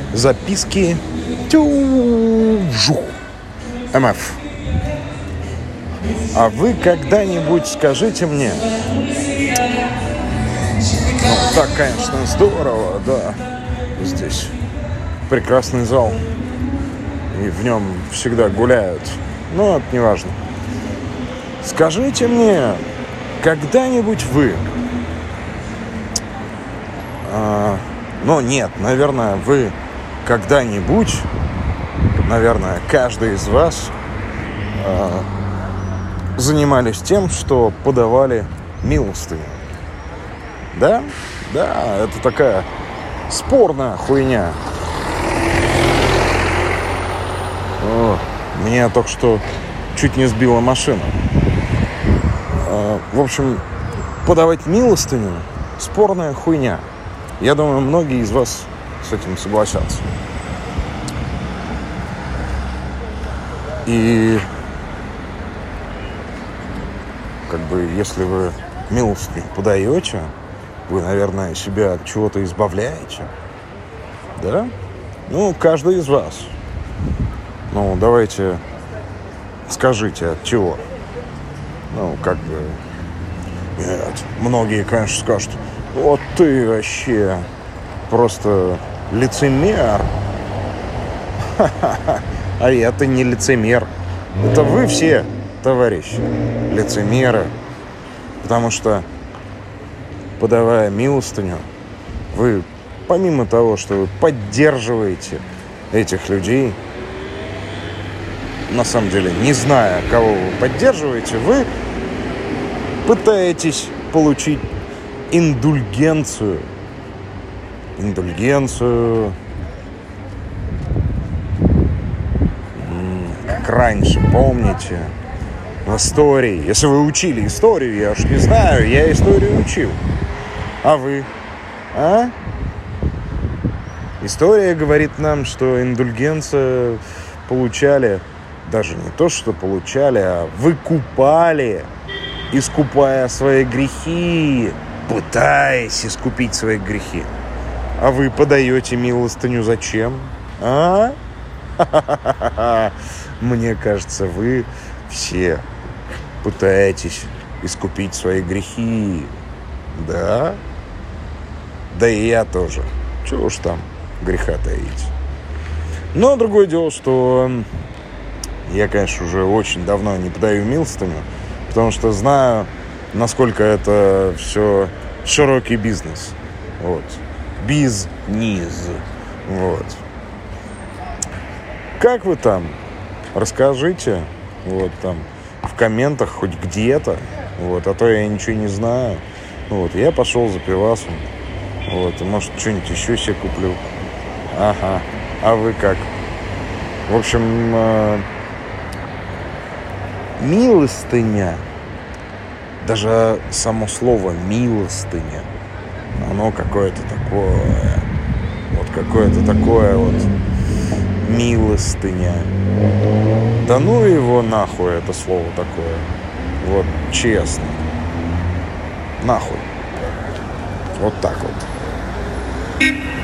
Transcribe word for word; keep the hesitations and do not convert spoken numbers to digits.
Записки Тю-жух. МФ. А вы когда-нибудь скажите мне... Ну, так, конечно, здорово, да. Здесь прекрасный зал. И в нем всегда гуляют. Но это не важно. Скажите мне, когда-нибудь вы... А, ну, нет, наверное, вы когда-нибудь... Наверное, каждый из вас... А, занимались тем, что подавали милостыню. Да? Да, это такая спорная хуйня. О, меня только что чуть не сбила машина. В общем, подавать милостыню — спорная хуйня. Я думаю, многие из вас с этим согласятся. И как бы, если вы милостыню подаете, вы, наверное, себя от чего-то избавляете. Да? Ну, каждый из вас. Ну, давайте скажите, от чего. Ну, как бы... Нет, многие, конечно, скажут: вот ты вообще просто лицемер. Ха-ха-ха. А это не лицемер. Это вы все, товарищи, лицемеры. Потому что, подавая милостыню, вы, помимо того, что вы поддерживаете этих людей, на самом деле, не зная, кого вы поддерживаете, вы пытаетесь получить индульгенцию. Индульгенцию... Как раньше, помните? В истории. Если вы учили историю, я уж не знаю, я историю учил. А вы? А? История говорит нам, что индульгенцию получали, даже не то, что получали, а выкупали, искупая свои грехи, пытаясь искупить свои грехи. А вы подаете милостыню зачем? А? Мне кажется, вы все пытаетесь искупить свои грехи. Да? Да и я тоже. Чего уж там греха таить. Но другое дело, что я, конечно, уже очень давно не подаю милостыню, потому что знаю, насколько это все широкий бизнес. Вот. Бизнес. Вот. Как вы там? Расскажите. Вот там в комментах хоть где-то. Вот. А то я ничего не знаю. Вот. Я пошел за пивасом. Вот. И, может, что-нибудь еще себе куплю. Ага. А вы как? В общем, э, милостыня. Даже само слово милостыня, оно какое-то такое. Вот какое-то такое вот. Милостыня. Да ну его нахуй, это слово такое. Вот честно. Нахуй. Вот так вот.